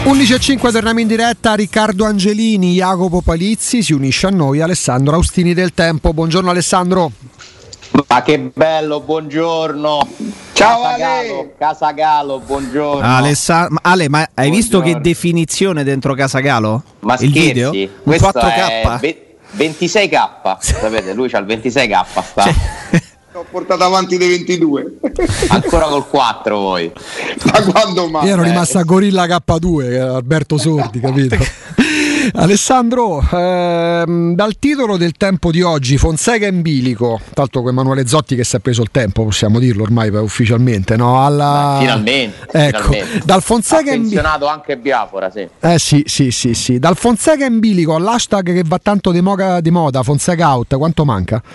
11:05 torniamo in diretta. Riccardo Angelini, Jacopo Palizzi, si unisce a noi Alessandro Austini del Tempo. Buongiorno Alessandro. Ma che bello, buongiorno. Ciao Casagalo, buongiorno. Ale, ma hai visto che definizione dentro Casagalo? Ma il scherzi? video? Un Questo 4K. è 26K, sapete, lui c'ha il 26K sta. Ho portato avanti dei 22. Ancora col 4 voi. Ma quando mai? Io ero rimasto a Gorilla K2, Alberto Sordi, capito? Alessandro, dal titolo del Tempo di oggi, Fonseca in bilico, tanto con Emanuele Zotti che si è preso il tempo, possiamo dirlo ormai ufficialmente, no? Finalmente, ecco, finalmente. Dal Fonseca ha menzionato anche Biafora, sì. Sì. Dal Fonseca in bilico all'hashtag che va tanto di moda, Fonseca out, quanto manca?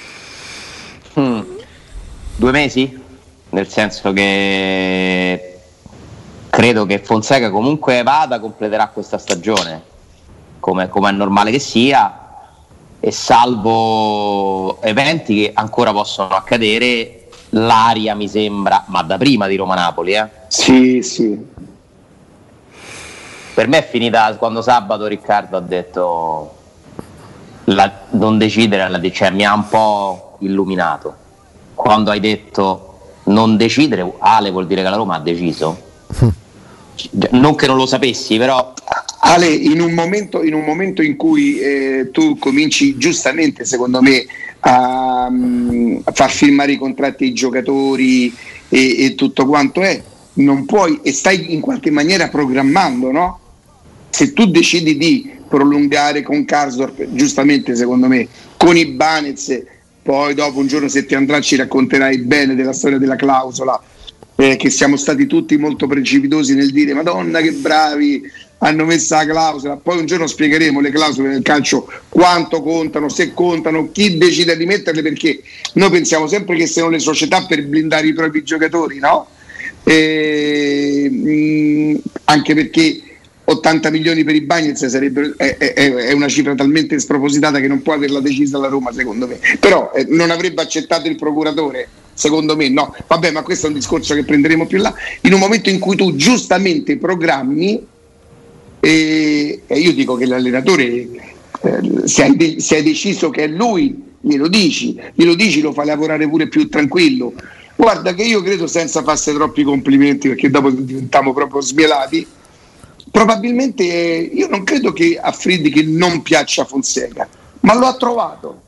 2 mesi? Nel senso che credo che Fonseca comunque completerà questa stagione come è normale che sia, e salvo eventi che ancora possono accadere, l'aria mi sembra, ma da prima di Roma-Napoli, Sì. Per me è finita quando sabato Riccardo ha detto non decidere, cioè mi ha un po' illuminato. Quando hai detto non decidere, Ale, vuol dire che la Roma ha deciso. Non che non lo sapessi, però Ale, in un momento in cui tu cominci giustamente, secondo me, a far firmare i contratti ai giocatori e tutto quanto non puoi, e stai in qualche maniera programmando, no? Se tu decidi di prolungare con Karsdorp, giustamente secondo me, con Ibanez, poi dopo un giorno, se ti andrà, ci racconterai bene della storia della clausola, che siamo stati tutti molto precipitosi nel dire Madonna che bravi, hanno messo la clausola. Poi un giorno spiegheremo le clausole nel calcio, quanto contano, se contano, chi decide di metterle, perché noi pensiamo sempre che siano le società per blindare i propri giocatori, no? Anche perché 80 milioni per i Bagnets è una cifra talmente spropositata che non può averla decisa la Roma, secondo me. Però non avrebbe accettato il procuratore, secondo me no. Vabbè, ma questo è un discorso che prenderemo più là. In un momento in cui tu giustamente programmi, e io dico che l'allenatore, se hai deciso che è lui, glielo dici, lo fai lavorare pure più tranquillo. Guarda che io credo, senza farsi troppi complimenti, perché dopo diventiamo proprio smielati, probabilmente io non credo che a Friedrich non piaccia Fonseca, ma lo ha trovato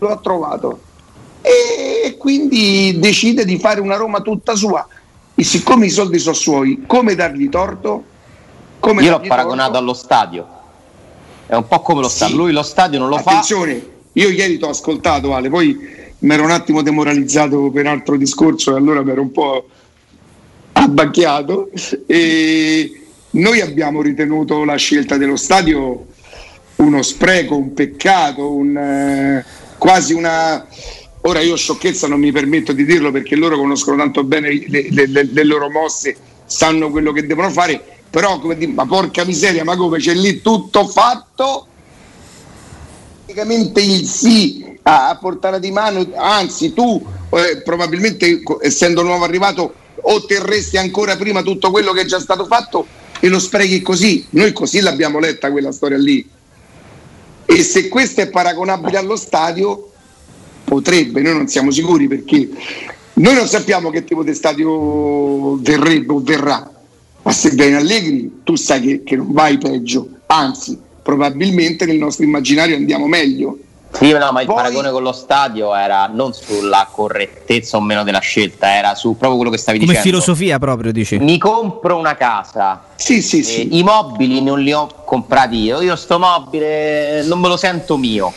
e quindi decide di fare una Roma tutta sua, e siccome i soldi sono suoi, come dargli torto? Io l'ho paragonato allo stadio, è un po' come lo stadio, lui lo stadio non lo Attenzione, io ieri ti ho ascoltato, Ale, poi mi ero un attimo demoralizzato per altro discorso e allora mi ero un po' abbacchiato, e noi abbiamo ritenuto la scelta dello stadio uno spreco, un peccato, quasi una... Ora io sciocchezza non mi permetto di dirlo, perché loro conoscono tanto bene le loro mosse, sanno quello che devono fare, però come dire, ma porca miseria, ma come c'è lì tutto fatto? Praticamente il sì a portata di mano, anzi tu probabilmente, essendo nuovo arrivato, otterresti ancora prima tutto quello che è già stato fatto e lo sprechi così. Noi così l'abbiamo letta quella storia lì, e se questo è paragonabile allo stadio, potrebbe, noi non siamo sicuri, perché noi non sappiamo che tipo di stadio verrebbe o verrà, ma se viene Allegri tu sai che non vai peggio, anzi probabilmente nel nostro immaginario andiamo meglio. Sì, no, ma il paragone con lo stadio era non sulla correttezza o meno della scelta, era su proprio quello che stavi come dicendo. Come filosofia proprio, dici? Mi compro una casa. Sì. I mobili non li ho comprati io sto mobile non me lo sento mio.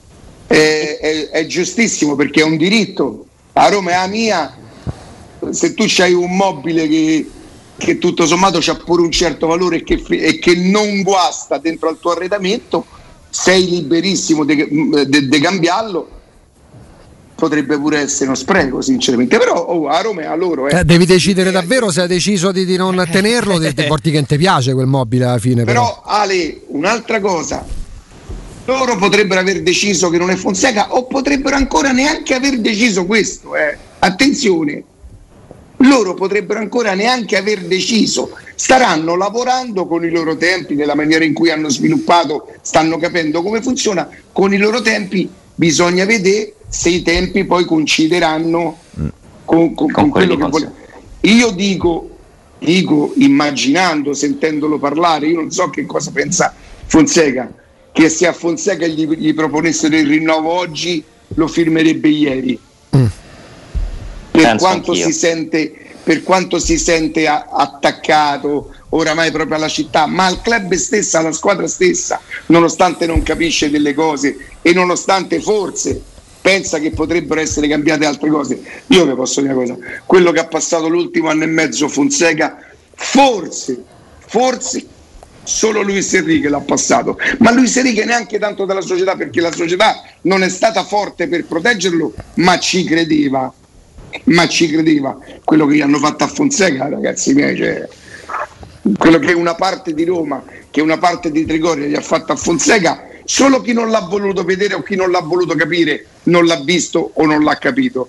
È giustissimo, perché è un diritto. A Roma è la mia. Se tu c'hai un mobile che tutto sommato c'ha pure un certo valore e che non guasta dentro al tuo arredamento, sei liberissimo di cambiarlo. Potrebbe pure essere uno spreco, sinceramente, però a Roma è a loro. Devi decidere davvero se hai deciso di non tenerlo, ti porti che ti piace quel mobile alla fine. Però Ale, un'altra cosa, loro potrebbero aver deciso che non è Fonseca, o potrebbero ancora neanche aver deciso questo, attenzione, loro potrebbero ancora neanche aver deciso, staranno lavorando con i loro tempi, nella maniera in cui hanno sviluppato, stanno capendo come funziona, con i loro tempi. Bisogna vedere se i tempi poi coincideranno con quello che vogliono. Io dico, immaginando, sentendolo parlare, io non so che cosa pensa Fonseca, che se a Fonseca gli proponessero il rinnovo oggi lo firmerebbe ieri. Per quanto si sente attaccato oramai proprio alla città, ma al club stessa, alla squadra stessa, nonostante non capisce delle cose e nonostante forse pensa che potrebbero essere cambiate altre cose. Io vi posso dire una cosa: quello che ha passato l'ultimo anno e mezzo Fonseca, forse solo Luis Enrique l'ha passato, ma Luis Enrique neanche tanto dalla società, perché la società non è stata forte per proteggerlo, ma ci credeva. Quello che gli hanno fatto a Fonseca, ragazzi miei, cioè, quello che una parte di Roma, che una parte di Trigoria gli ha fatto a Fonseca, solo chi non l'ha voluto vedere o chi non l'ha voluto capire non l'ha visto o non l'ha capito.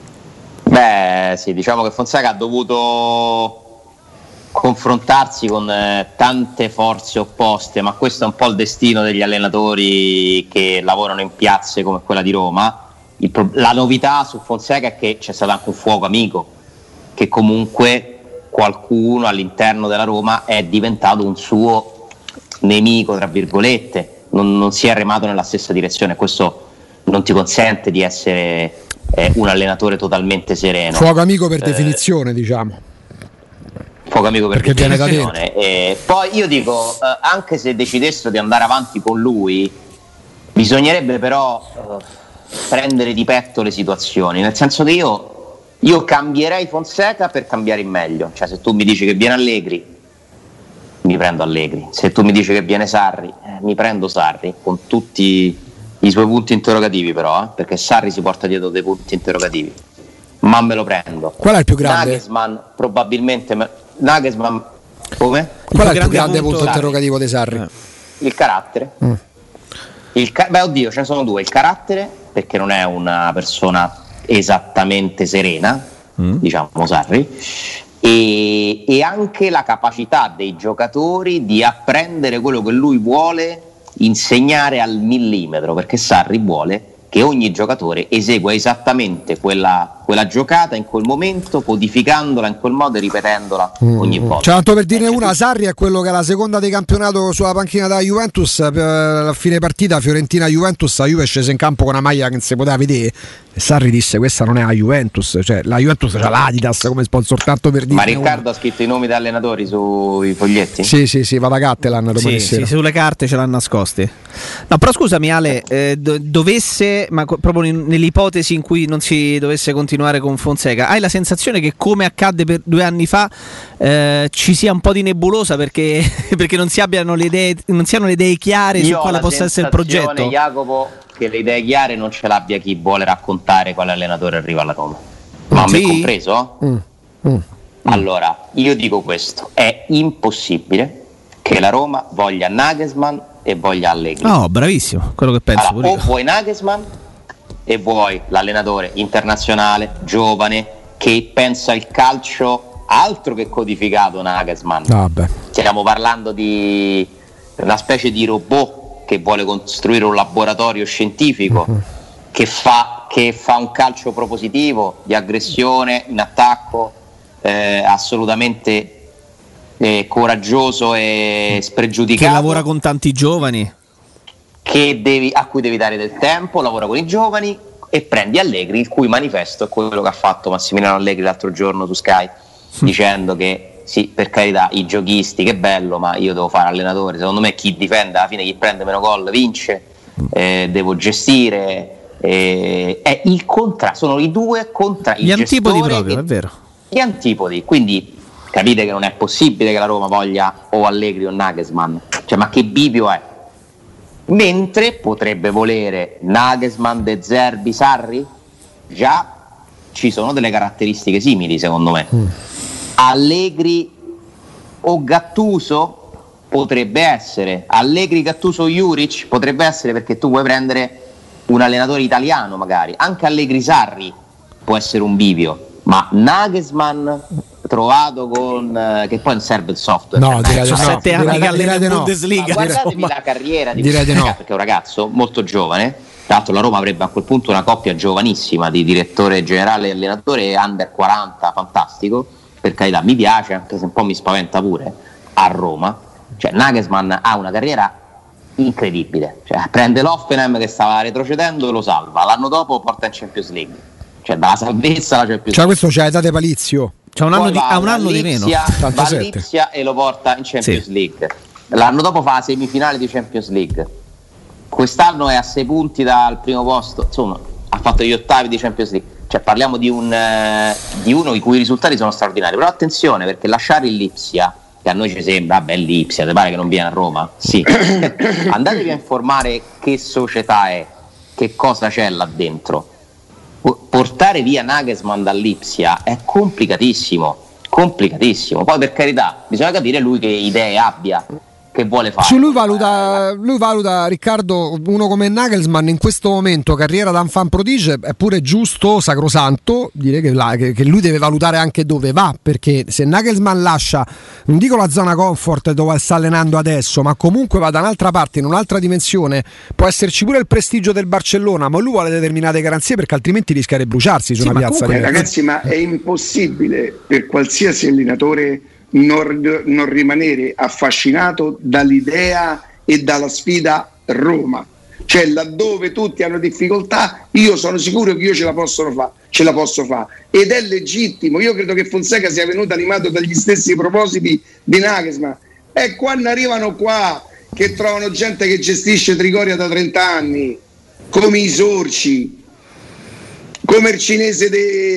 Beh sì, diciamo che Fonseca ha dovuto confrontarsi con tante forze opposte, ma questo è un po' il destino degli allenatori che lavorano in piazze come quella di Roma. La novità su Fonseca è che c'è stato anche un fuoco amico, che comunque qualcuno all'interno della Roma è diventato un suo nemico, tra virgolette, non si è remato nella stessa direzione. Questo non ti consente di essere un allenatore totalmente sereno. Fuoco amico per definizione, diciamo. Fuoco amico per perché definizione. Poi io dico, anche se decidessero di andare avanti con lui, bisognerebbe però prendere di petto le situazioni, nel senso che io cambierei Fonseca per cambiare in meglio. Cioè, se tu mi dici che viene Allegri, mi prendo Allegri. Se tu mi dici che viene Sarri, mi prendo Sarri, con tutti i suoi punti interrogativi però, perché Sarri si porta dietro dei punti interrogativi, ma me lo prendo. Qual è il più grande? Nagelsmann probabilmente. Nagelsmann come? Qual è il più grande punto interrogativo di Sarri? Il carattere. Beh, oddio, ce ne sono due: il carattere, perché non è una persona esattamente serena, diciamo Sarri, e anche la capacità dei giocatori di apprendere quello che lui vuole insegnare al millimetro, perché Sarri vuole che ogni giocatore esegua esattamente quella giocata in quel momento, codificandola in quel modo e ripetendola ogni volta. Cioè, tanto per dire una, Sarri è quello che è la seconda di campionato sulla panchina della Juventus, a fine partita Fiorentina-Juventus, la Juve è scesa in campo con una maglia che non si poteva vedere e Sarri disse: questa non è la Juventus, cioè la Juventus c'ha l'Adidas come sponsor, tanto per dire. Ma Riccardo ha scritto i nomi degli allenatori sui foglietti? Sì, va da Cattelan domani sera. Sì, sulle carte ce l'hanno nascosti. No, però scusami Ale, dovesse, ma proprio nell'ipotesi in cui non si dovesse continuare con Fonseca, hai la sensazione che, come accadde per 2 anni fa, ci sia un po' di nebulosa perché non si abbiano le idee, non siano le idee chiare su quale possa essere il progetto? Jacopo, che le idee chiare non ce l'abbia chi vuole raccontare quale allenatore arriva alla Roma, ma a me compreso? Allora, io dico questo: è impossibile che la Roma voglia Nagelsmann e voglia Allegri. No, bravissimo, quello che penso. Allora, o vuoi Nagelsmann e vuoi l'allenatore internazionale, giovane, che pensa il calcio altro che codificato. Nagelsmann, stiamo parlando di una specie di robot che vuole costruire un laboratorio scientifico, che fa un calcio propositivo, di aggressione in attacco, assolutamente coraggioso e spregiudicato, che lavora con tanti giovani, a cui devi dare del tempo, lavora con i giovani, e prendi Allegri, il cui manifesto è quello che ha fatto Massimiliano Allegri l'altro giorno su Sky, dicendo che sì, per carità, i giochisti, che bello, ma io devo fare allenatore. Secondo me chi difende alla fine, chi prende meno gol vince, devo gestire, è il sono i due contra il gli antipodi proprio, è vero. Gli antipodi, quindi capite che non è possibile che la Roma voglia o Allegri o Nagelsmann, cioè, ma che bivio è? Mentre potrebbe volere Nagelsmann, De Zerbi, Sarri, già ci sono delle caratteristiche simili secondo me. Allegri o Gattuso potrebbe essere, Allegri, Gattuso, Juric potrebbe essere, perché tu puoi prendere un allenatore italiano magari, anche Allegri, Sarri può essere un bivio, ma Nagelsmann trovato con che poi non serve il software. No, direi Sono no. 7 anni che allena in Bundesliga. Ma guardatevi la carriera di Direi di no. perché è un ragazzo molto giovane. Tra l'altro la Roma avrebbe a quel punto una coppia giovanissima di direttore generale e allenatore under 40, fantastico, per carità, mi piace, anche se un po' mi spaventa pure, a Roma. Cioè Nagelsmann ha una carriera incredibile, cioè, prende l'Hoffenheim che stava retrocedendo e lo salva, l'anno dopo porta in Champions League, cioè dalla salvezza alla Champions League. Cioè questo c'è date Palizio. C'è un anno ha un anno di meno. Va a Lipsia e lo porta in Champions League. L'anno dopo fa la semifinale di Champions League. Quest'anno è a 6 punti dal primo posto, insomma ha fatto gli ottavi di Champions League. Cioè parliamo di uno i cui risultati sono straordinari. Però attenzione, perché lasciare il Lipsia, che a noi ci sembra, Lipsia, ti pare che non viene a Roma? Sì. Andatevi a informare che società è, che cosa c'è là dentro. Portare via Nagelsmann dall'Ipsia è complicatissimo. Poi per carità, bisogna capire lui che idee abbia, che vuole fare. Lui valuta Riccardo, uno come Nagelsmann in questo momento, carriera da fan prodige, è pure giusto, sacrosanto dire che lui deve valutare anche dove va, perché se Nagelsmann lascia, non dico la zona comfort dove sta allenando adesso, ma comunque va da un'altra parte, in un'altra dimensione, può esserci pure il prestigio del Barcellona, ma lui vuole determinate garanzie, perché altrimenti rischia di bruciarsi su una piazza. Ragazzi, ma è impossibile per qualsiasi allenatore non rimanere affascinato dall'idea e dalla sfida Roma. Cioè laddove tutti hanno difficoltà, io sono sicuro che io ce la posso fare ed è legittimo. Io credo che Fonseca sia venuto animato dagli stessi propositi di Nagelsmann, e quando arrivano qua che trovano gente che gestisce Trigoria da 30 anni come i Sorci, come il cinese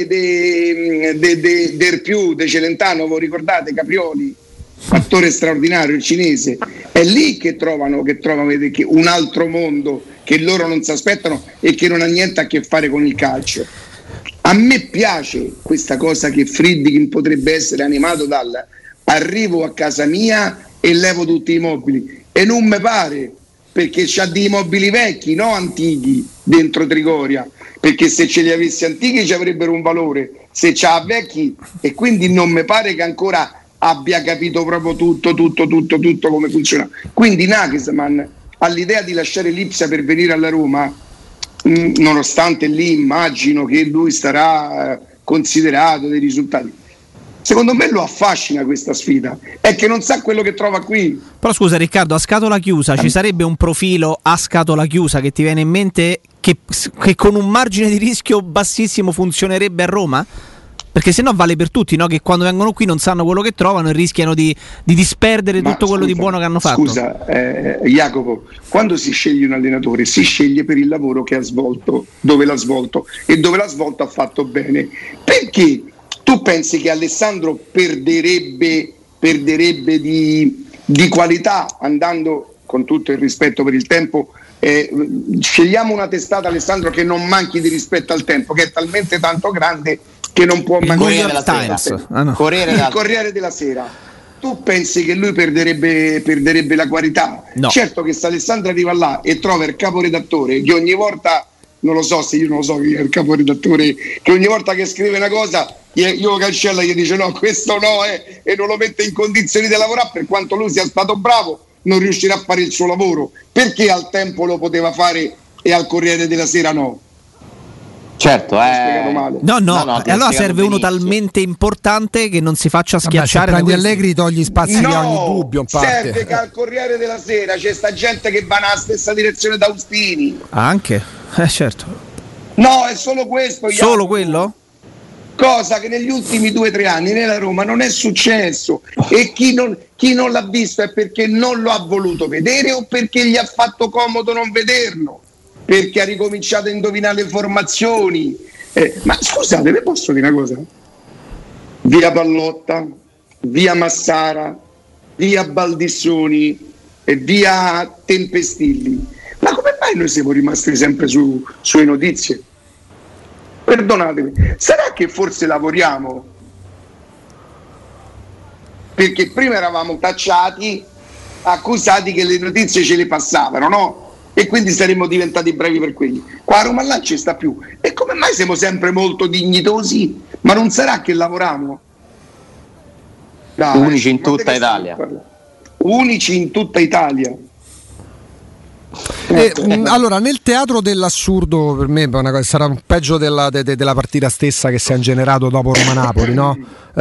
del più de Celentano, voi ricordate Caprioli, attore straordinario, il cinese, è lì che trovano un altro mondo che loro non si aspettano e che non ha niente a che fare con il calcio. A me piace questa cosa che Friedkin potrebbe essere animato dal arrivo a casa mia e levo tutti i mobili, e non mi pare, perché c'ha dei mobili vecchi, no antichi, dentro Trigoria, perché se ce li avessi antichi ci avrebbero un valore, se c'ha vecchi, e quindi non mi pare che ancora abbia capito proprio tutto come funziona. Quindi Nagelsmann all'idea di lasciare l'Ipsia per venire alla Roma, nonostante lì immagino che lui starà considerato dei risultati, secondo me lo affascina questa sfida, è che non sa quello che trova qui. Però scusa Riccardo, a scatola chiusa ci sarebbe un profilo a scatola chiusa che ti viene in mente che con un margine di rischio bassissimo funzionerebbe a Roma? Perché sennò vale per tutti, no? Che quando vengono qui non sanno quello che trovano e rischiano di disperdere tutto quello di buono che hanno fatto. Scusa Jacopo, quando si sceglie un allenatore si sceglie per il lavoro che ha svolto, dove l'ha svolto, e dove l'ha svolto ha fatto bene. Perché tu pensi che Alessandro perderebbe di qualità andando, con tutto il rispetto per il tempo, scegliamo una testata, Alessandro, che non manchi di rispetto al tempo, che è talmente tanto grande che non può mancare. Il Corriere della Sera. Tu pensi che lui perderebbe la qualità? No. Certo che se Alessandro arriva là e trova il caporedattore che ogni volta, non lo so chi è il caporedattore, che ogni volta che scrive una cosa io cancella, gli dice no, questo no, e non lo mette in condizioni di lavorare, per quanto lui sia stato bravo non riuscirà a fare il suo lavoro. Perché al Tempo lo poteva fare e al Corriere dellaEra no? Certo, no, e allora serve uno talmente importante che non si faccia schiacciare. Prendi Allegri, togli spazi di ogni dubbio. Serve che al Corriere della Sera c'è sta gente che va nella stessa direzione d'Austini. Anche? Certo. No, è solo questo. Solo quello? Cosa che negli ultimi 2 o 3 anni nella Roma non è successo, e chi non l'ha visto è perché non lo ha voluto vedere o perché gli ha fatto comodo non vederlo, perché ha ricominciato a indovinare le formazioni. Ma scusate, vi posso dire una cosa? Via Pallotta, via Massara, via Baldissoni e via Tempestilli. Ma come mai noi siamo rimasti sempre sulle notizie? Perdonatemi, sarà che forse lavoriamo? Perché prima eravamo tacciati, accusati che le notizie ce le passavano, no? E quindi saremmo diventati bravi per quelli. Qua a Roma là ci sta più. E come mai siamo sempre molto dignitosi? Ma non sarà che lavoriamo? Dai, unici in tutta Italia. Unici in tutta Italia. Allora, nel teatro dell'assurdo, per me sarà peggio della partita stessa che si è generato dopo Roma-Napoli, no?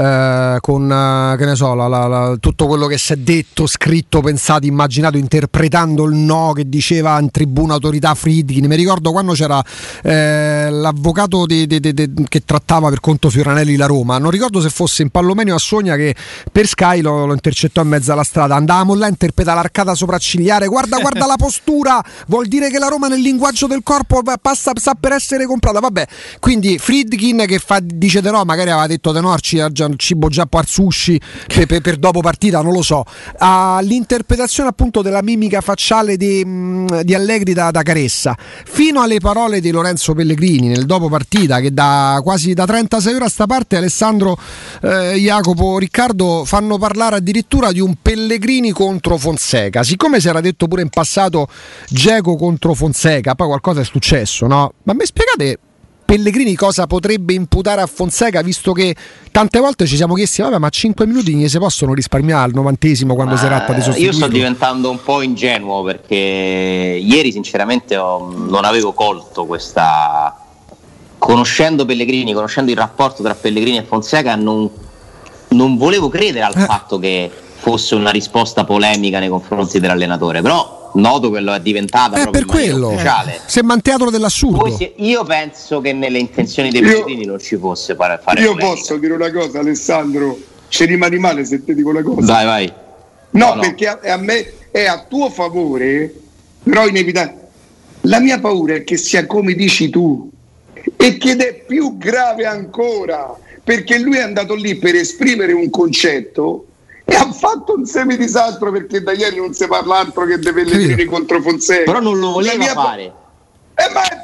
Con che ne so, tutto quello che si è detto, scritto, pensato, immaginato, interpretando il no che diceva in tribuna autorità Friedkin. Mi ricordo quando c'era l'avvocato che trattava per conto Fioranelli la Roma, non ricordo se fosse in Pallomenio a Sogna, che per Sky lo intercettò in mezzo alla strada. Andavamo là a interpretare l'arcata sopraccigliare, guarda la postura, vuol dire che la Roma nel linguaggio del corpo sta per essere comprata. Vabbè, quindi Friedkin che dice di no, magari aveva detto di no al cibo giappo al sushi per dopo partita, non lo so. All'interpretazione appunto della mimica facciale di Allegri da Caressa, fino alle parole di Lorenzo Pellegrini nel dopo partita, che quasi da 36 ore a sta parte Alessandro, Jacopo, Riccardo fanno parlare addirittura di un Pellegrini contro Fonseca, siccome si era detto pure in passato Dzeko contro Fonseca, poi qualcosa è successo, no? Ma mi spiegate Pellegrini cosa potrebbe imputare a Fonseca, visto che tante volte ci siamo chiesti vabbè, ma 5 minuti ne si possono risparmiare al 90esimo quando si tratta di sostituire? Io sto diventando un po' ingenuo, perché ieri sinceramente non avevo colto questa, conoscendo Pellegrini, conoscendo il rapporto tra Pellegrini e Fonseca, non volevo credere al fatto che fosse una risposta polemica nei confronti dell'allenatore, però noto che lo è diventata proprio per quello ufficiale. Sembra un teatro dell'assurdo. Io penso che nelle intenzioni dei Pellegrini non ci fosse fare io polemica. Posso dire una cosa, Alessandro, ci rimani male se ti dico una cosa? Vai. No, perché a me è a tuo favore, però inevitabile. La mia paura è che sia come dici tu, ed è più grave ancora, perché lui è andato lì per esprimere un concetto e ha fatto un semidisastro, perché da ieri non si parla altro che dei Pellegrini contro Fonseca. Però non lo voleva fare. Ma è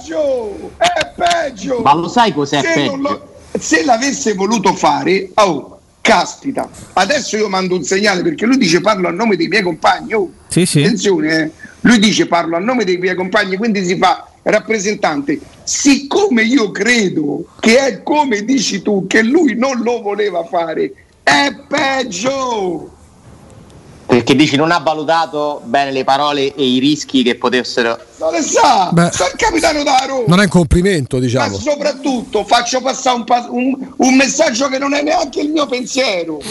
peggio! Ma lo sai cos'è peggio? Se l'avesse voluto fare, caspita, adesso io mando un segnale, perché lui dice parlo a nome dei miei compagni. Sì. Attenzione, lui dice parlo a nome dei miei compagni, quindi si fa rappresentante. Siccome io credo che è come dici tu, che lui non lo voleva fare, è peggio, perché dici non ha valutato bene le parole e i rischi che potessero. Non le sa. Sono il capitano da Roma, non è un complimento, diciamo. ma soprattutto faccio passare un messaggio che non è neanche il mio pensiero.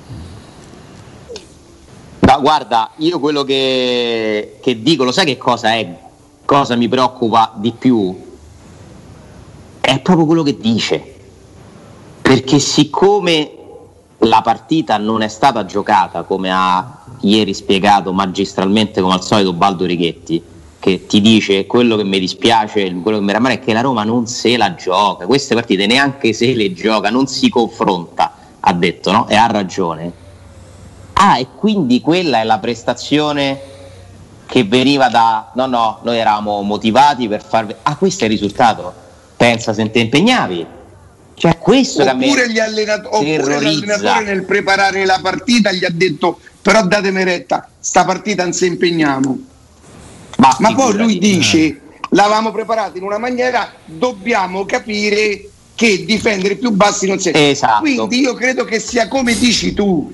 Ma guarda, io quello che dico, lo sai che cosa mi preoccupa di più? È proprio quello che dice, perché siccome la partita non è stata giocata, come ha ieri spiegato magistralmente come al solito Baldo Righetti, che ti dice quello che mi dispiace, quello che mi rammarica è che la Roma non se la gioca, queste partite neanche se le gioca, non si confronta, ha detto, no? E ha ragione. E quindi quella è la prestazione che veniva da no, noi eravamo motivati per farvi. Questo è il risultato, pensa se te impegnavi. Cioè questo oppure l'allenatore nel preparare la partita gli ha detto però datemi retta, sta partita non si impegniamo, ma poi lui dice l'avevamo preparata in una maniera, dobbiamo capire che difendere più bassi non si esatto. Quindi io credo che sia come dici tu,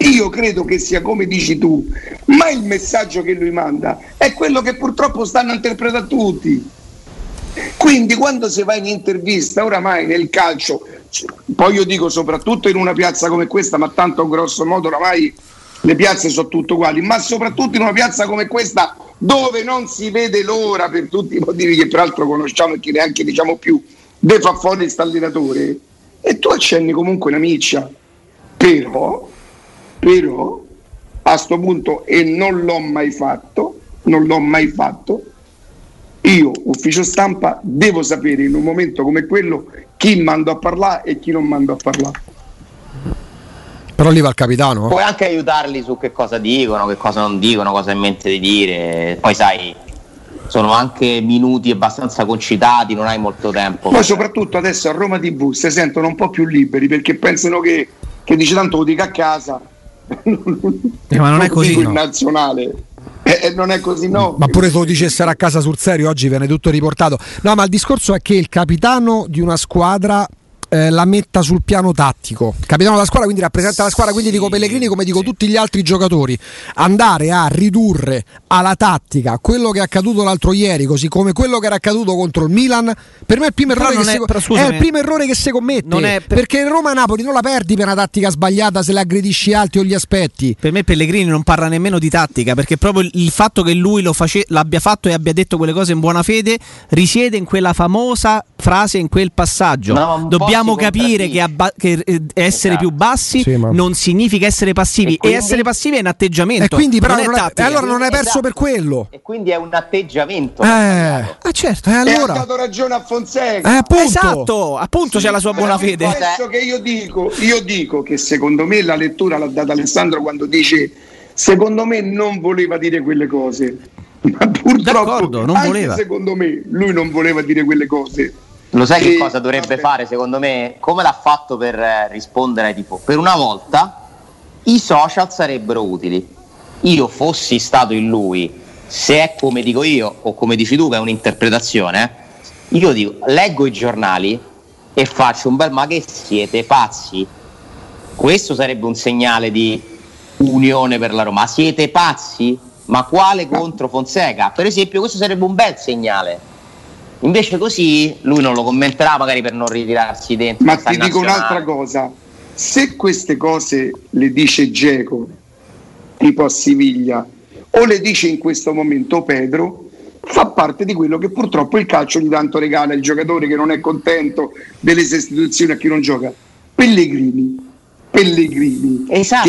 ma il messaggio che lui manda è quello che purtroppo stanno interpretando tutti. Quindi quando si va in intervista oramai nel calcio, poi io dico soprattutto in una piazza come questa, ma tanto grosso modo oramai le piazze sono tutte uguali, ma soprattutto in una piazza come questa dove non si vede l'ora, per tutti i motivi che peraltro conosciamo e che neanche diciamo più, de fa fuori sta allenatore, e tu accenni comunque una miccia, però a sto punto, e non l'ho mai fatto, io, ufficio stampa, devo sapere in un momento come quello chi mando a parlare e chi non mando a parlare. Però lì va il capitano. Puoi anche aiutarli su che cosa dicono, che cosa non dicono, cosa ha in mente di dire. Poi sai, sono anche minuti abbastanza concitati, non hai molto tempo. Poi soprattutto adesso a Roma TV si sentono un po' più liberi, perché pensano che dice tanto lo dica a casa. Ma non è così, no. In nazionale. Non è così, no. Ma pure se lo dicessero a casa sul serio oggi viene tutto riportato. No, ma il discorso è che il capitano di una squadra la metta sul piano tattico. Capitano della squadra, quindi rappresenta la squadra, quindi dico Pellegrini come dico tutti gli altri giocatori, andare a ridurre alla tattica quello che è accaduto l'altro ieri, così come quello che era accaduto contro il Milan, per me è il primo errore è il primo errore che si commette, perché il Roma-Napoli non la perdi per una tattica sbagliata se la aggredisci alti o gli aspetti. Per me Pellegrini non parla nemmeno di tattica, perché proprio il fatto che lui l'abbia fatto e abbia detto quelle cose in buona fede risiede in quella famosa frase, in quel passaggio. Dobbiamo capire che essere più bassi non significa essere passivi, e essere passivi è un atteggiamento, e quindi però allora non hai perso per quello, e quindi è un atteggiamento. Certo, e allora ha dato ragione a Fonseca, appunto. Appunto c'è la sua buona fede. Adesso che io dico che secondo me la lettura l'ha data Alessandro quando dice secondo me non voleva dire quelle cose, ma purtroppo non anche voleva. Secondo me lui non voleva dire quelle cose. Lo sai che cosa dovrebbe fare secondo me? Come l'ha fatto per rispondere ai tifosi? Per una volta i social sarebbero utili. Io fossi stato in lui, se è come dico io o come dici tu che è un'interpretazione, io dico, leggo i giornali e faccio un bel ma che siete pazzi? Questo sarebbe un segnale di unione per la Roma. Siete pazzi? Ma quale contro Fonseca? Per esempio, questo sarebbe un bel segnale. Invece così lui non lo commenterà, magari per non ritirarsi dentro. Ma ti dico un'altra cosa, se queste cose le dice Dzeko tipo a Siviglia o le dice in questo momento Pedro, fa parte di quello che purtroppo il calcio di tanto regala, il giocatore che non è contento delle sostituzioni a chi non gioca. Pellegrini esatto.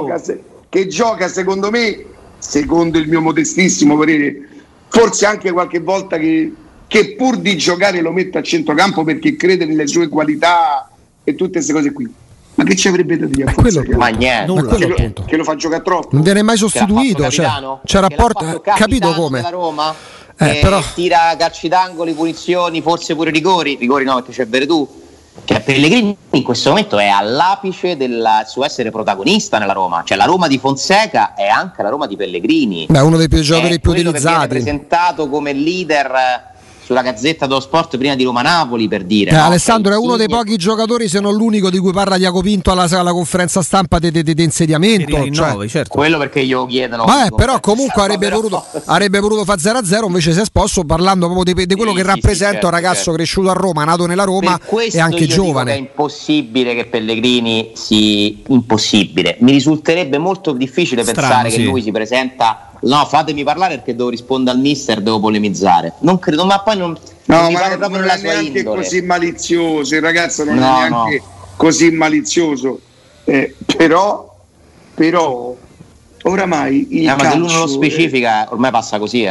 che gioca secondo me, secondo il mio modestissimo parere, forse anche qualche volta che pur di giocare lo mette a centrocampo perché crede nelle sue qualità e tutte queste cose qui. Ma che ci avrebbe da dire? Ma niente, che lo fa giocare troppo. Non viene mai sostituito, c'è rapporto, capito come? La Roma però tira calci d'angoli, punizioni, forse pure rigori no perché c'è Veretù. Cioè Pellegrini in questo momento è all'apice del suo essere protagonista nella Roma, cioè la Roma di Fonseca è anche la Roma di Pellegrini. Uno dei giocatori più utilizzati, che viene presentato come leader sulla Gazzetta dello Sport prima di Roma-Napoli, per dire. Alessandro è uno dei pochi giocatori, se non l'unico, di cui parla Diaco Pinto alla conferenza stampa di insediamento. Certo. Quello perché glielo chiedono. Però comunque avrebbe voluto fare 0-0, invece si è esposto parlando proprio di quello che rappresenta un ragazzo cresciuto a Roma, nato nella Roma e anche giovane. È impossibile che Pellegrini impossibile. Mi risulterebbe molto difficile pensare che lui si presenta. No, fatemi parlare perché devo rispondere al mister, devo polemizzare. Non credo, ma poi non mi pare proprio nella sua indole. Non è neanche così malizioso, il ragazzo non è neanche così malizioso. Però oramai il calcio, ma se lui non lo specifica, ormai passa così,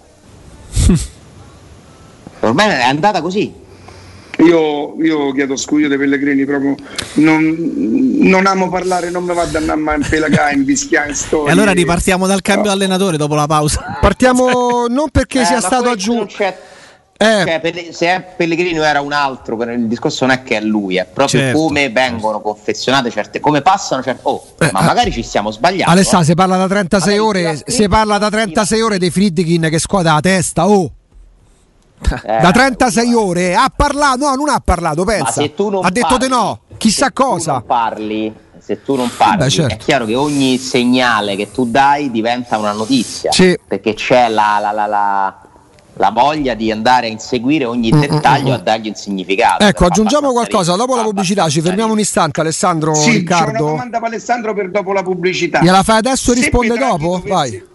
ormai è andata così. Io chiedo scusa dei Pellegrini, proprio non amo parlare, non mi vado a impelagare in bischiare in storia. E allora ripartiamo dal cambio allenatore dopo la pausa. Partiamo non perché sia stato aggiunto. Se Pellegrino era un altro, il discorso non è che è lui, è proprio come vengono confezionate certe, come passano ma magari ci stiamo sbagliando. Alessandro, si parla da 36 ore, si parla da 36 ore dei Friedkin che squadra la testa, da 36 ore ha parlato, non ha parlato, pensa. Ma se tu non ha detto di no, chissà cosa. Se tu non parli, certo. È chiaro che ogni segnale che tu dai diventa una notizia, perché c'è la voglia di andare a inseguire ogni dettaglio, a dargli un significato. Ecco, aggiungiamo qualcosa dopo la pubblicità. Ci fermiamo un istante, Alessandro. Riccardo, c'è una domanda per Alessandro per dopo la pubblicità. Gliela fai adesso e risponde dopo? Vai.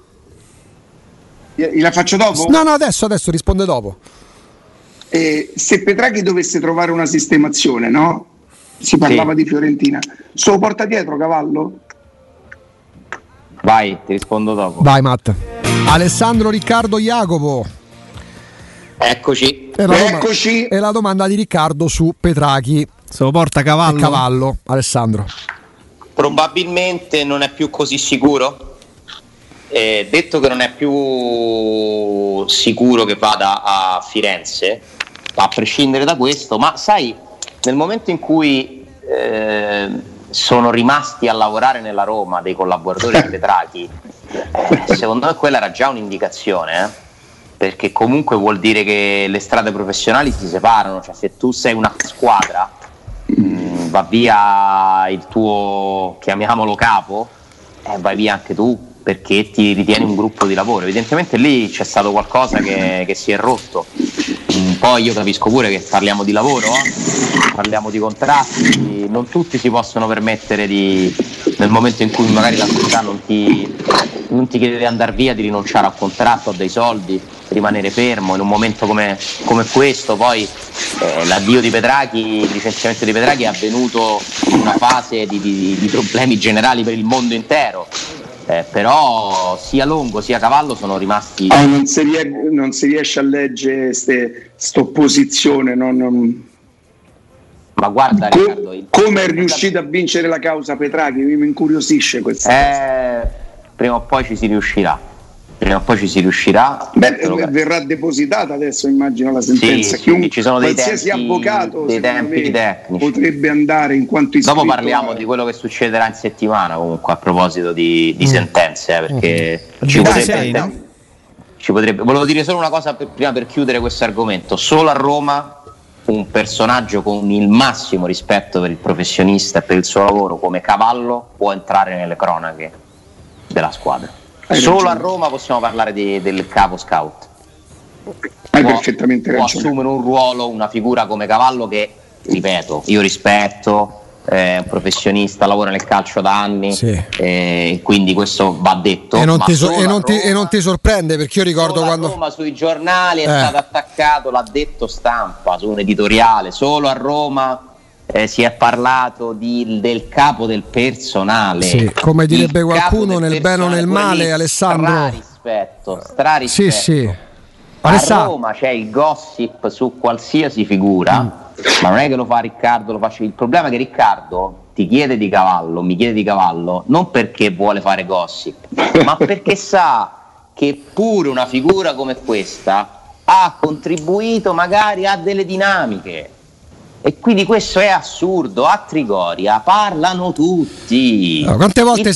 La faccio dopo? No, adesso risponde dopo. Se Petraghi dovesse trovare una sistemazione, no? Si parlava di Fiorentina. Se lo porta dietro Cavallo? Vai, ti rispondo dopo. Vai, Matt. Alessandro, Riccardo, Jacopo. Eccoci. E la domanda di Riccardo su Petraghi. Se lo porta Cavallo, Alessandro. Probabilmente non è più così sicuro. Detto che non è più sicuro che vada a Firenze, a prescindere da questo, ma sai, nel momento in cui sono rimasti a lavorare nella Roma dei collaboratori di Petraghi, secondo me quella era già un'indicazione, perché comunque vuol dire che le strade professionali si separano, cioè se tu sei una squadra va via il tuo, chiamiamolo capo, vai via anche tu, perché ti ritieni un gruppo di lavoro. Evidentemente lì c'è stato qualcosa che si è rotto. Poi io capisco pure che parliamo di lavoro, parliamo di contratti, non tutti si possono permettere nel momento in cui magari la società non ti chiede di andare via, di rinunciare al contratto, a dei soldi, rimanere fermo in un momento come questo. Poi l'addio di Petrachi, il licenziamento di Petrachi è avvenuto in una fase di problemi generali per il mondo intero. Però sia Longo sia Cavallo sono rimasti. Non si riesce a leggere st'opposizione. Ma guarda, Riccardo, come è riuscito a vincere la causa Petrachi? Mi incuriosisce questa cosa. Prima o poi ci si riuscirà. Verrà depositata adesso, immagino, la sentenza. Sì, ci sono qualsiasi avvocato dei tempi tecnici potrebbe andare in quanto iscritto. Dopo parliamo di quello che succederà in settimana, comunque, a proposito di sentenze, perché ci potrebbe. Volevo dire solo una cosa prima per chiudere questo argomento. Solo a Roma un personaggio con il massimo rispetto per il professionista e per il suo lavoro come Cavallo può entrare nelle cronache della squadra. Solo a Roma possiamo parlare del capo scout. Hai perfettamente ragione. Può assumere un ruolo, una figura come Cavallo che, ripeto, io rispetto, è un professionista, lavora nel calcio da anni, quindi questo va detto. E non ti sorprende, perché io ricordo quando a Roma sui giornali è stato attaccato, l'ha detto Stampa su un editoriale, solo a Roma si è parlato del capo del personale. Sì, come direbbe qualcuno, nel bene o nel male, Alessandro. Strarispetto. Sì. A Roma c'è il gossip su qualsiasi figura, ma non è che lo fa Riccardo, lo faccio. Il problema è che Riccardo mi chiede di Cavallo, non perché vuole fare gossip, ma perché sa che pure una figura come questa ha contribuito magari a delle dinamiche. E quindi questo è assurdo. A Trigoria parlano tutti. Quante volte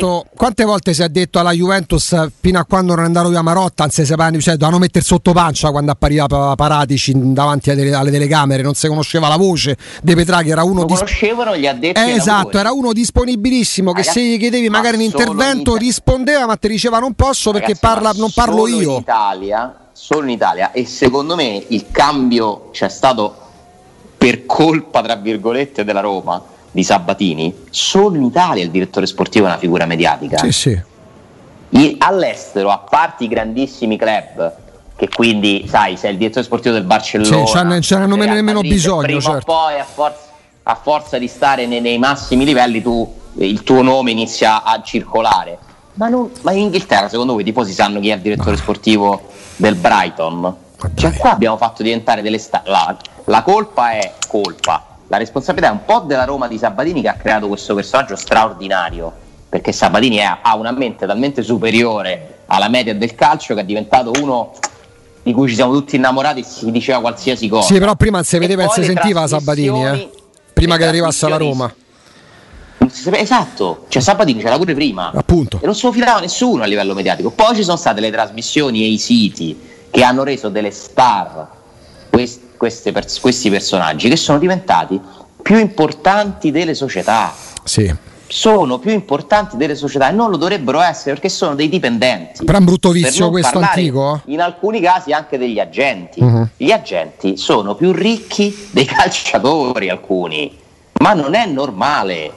si è detto alla Juventus, fino a quando non è andato via Marotta, anzi dovevano mettere sotto pancia quando appariva Paratici davanti alle telecamere, non si conosceva la voce. De Petrachi era uno conoscevano gli addetti ai esatto, era uno disponibilissimo, che se gli chiedevi magari un intervento rispondeva, ma ti diceva non posso, perché non parlo io. Solo in Italia, e secondo me il cambio c'è stato per colpa, tra virgolette, della Roma, di Sabatini. Solo in Italia il direttore sportivo è una figura mediatica. Sì. All'estero, a parte i grandissimi club, che quindi, sai, sei il direttore sportivo del Barcellona, non ce n'hanno nemmeno bisogno, prima certo. O poi a forza di stare nei massimi livelli, il tuo nome inizia a circolare. Ma in Inghilterra, secondo voi, i tifosi sanno chi è il direttore sportivo del Brighton? Cioè, qua abbiamo fatto diventare delle la colpa è la responsabilità è un po' della Roma di Sabatini, che ha creato questo personaggio straordinario, perché Sabatini ha una mente talmente superiore alla media del calcio che è diventato uno di cui ci siamo tutti innamorati, si diceva qualsiasi cosa. Sì, però prima si vedeva e si sentiva Sabatini, prima che arrivasse alla Roma. Esatto, cioè Sabatini c'era pure prima, appunto, e non se lo filava nessuno a livello mediatico. Poi ci sono state le trasmissioni e i siti che hanno reso delle star questi personaggi, che sono diventati più importanti delle società. Sì. Sono più importanti delle società e non lo dovrebbero essere, perché sono dei dipendenti. Però è un brutto vizio questo antico? In alcuni casi anche degli agenti. Gli agenti sono più ricchi dei calciatori, alcuni. Ma non è normale,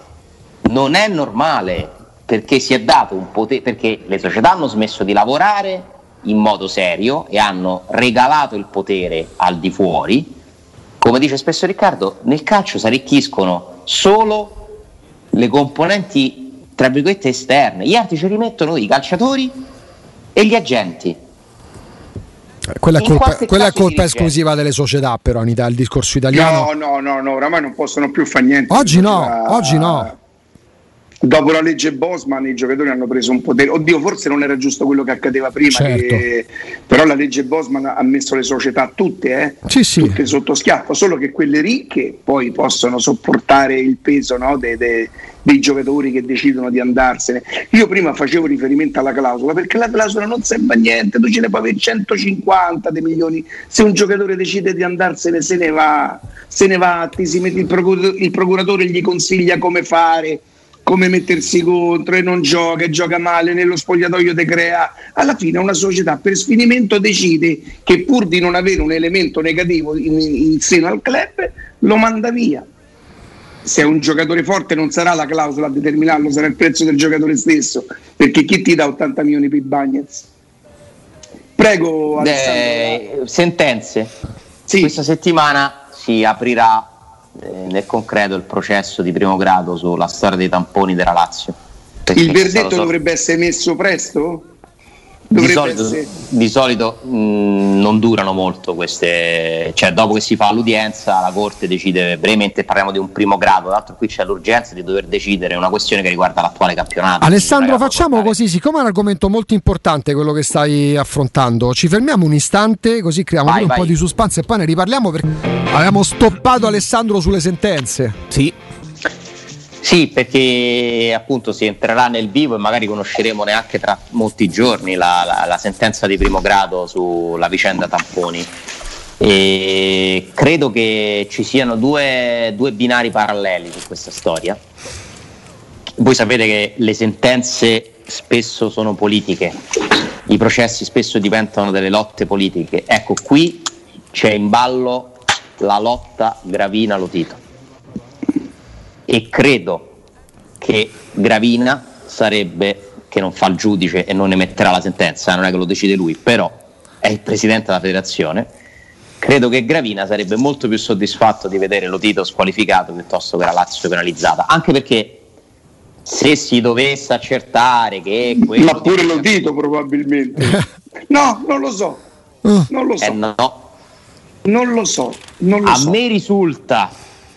perché si è dato un potere, perché le società hanno smesso di lavorare in modo serio e hanno regalato il potere al di fuori. Come dice spesso Riccardo, nel calcio si arricchiscono solo le componenti, tra virgolette, esterne. Gli altri ci rimettono i calciatori e gli agenti. Quella è colpa esclusiva delle società, però in Italia, il discorso italiano. No, oramai non possono più fare niente. Oggi no. Dopo la legge Bosman i giocatori hanno preso un potere, oddio forse non era giusto quello che accadeva prima, certo. Però la legge Bosman ha messo le società tutte, sì. tutte sotto schiaffo, solo che quelle ricche poi possono sopportare il peso, no, dei giocatori che decidono di andarsene. Io prima facevo riferimento alla clausola, perché la clausola non serve a niente, tu ce ne puoi avere 150 dei milioni, se un giocatore decide di andarsene se ne va, ti si mette il procuratore gli consiglia come fare, come mettersi contro, e non gioca, e gioca male, nello spogliatoio te crea. Alla fine una società per sfinimento decide che pur di non avere un elemento negativo in seno al club lo manda via. Se è un giocatore forte non sarà la clausola a determinarlo, sarà il prezzo del giocatore stesso, perché chi ti dà 80 milioni per i Bagnets? Prego Alessandro. Sentenze. Sì. Questa settimana si aprirà nel concreto il processo di primo grado sulla storia dei tamponi della Lazio. Il verdetto dovrebbe essere messo presto? Di solito non durano molto queste, cioè dopo che si fa l'udienza la Corte decide brevemente, parliamo di un primo grado, tra l'altro qui c'è l'urgenza di dover decidere una questione che riguarda l'attuale campionato. Alessandro, facciamo così, siccome è un argomento molto importante quello che stai affrontando, ci fermiamo un istante così creiamo un po' di suspense e poi ne riparliamo, perché avevamo stoppato Alessandro sulle sentenze. Sì, perché appunto si entrerà nel vivo e magari conosceremo neanche tra molti giorni la sentenza di primo grado sulla vicenda tamponi. E credo che ci siano due binari paralleli su questa storia. Voi sapete che le sentenze spesso sono politiche, i processi spesso diventano delle lotte politiche. Ecco, qui c'è in ballo la lotta Gravina-Lotito. E credo che Gravina sarebbe, che non fa il giudice e non emetterà la sentenza, non è che lo decide lui, però è il presidente della federazione, credo che Gravina sarebbe molto più soddisfatto di vedere Lotito squalificato piuttosto che la Lazio penalizzata, anche perché se si dovesse accertare che ma pure Lotito probabilmente no, non lo so non lo so. Me risulta,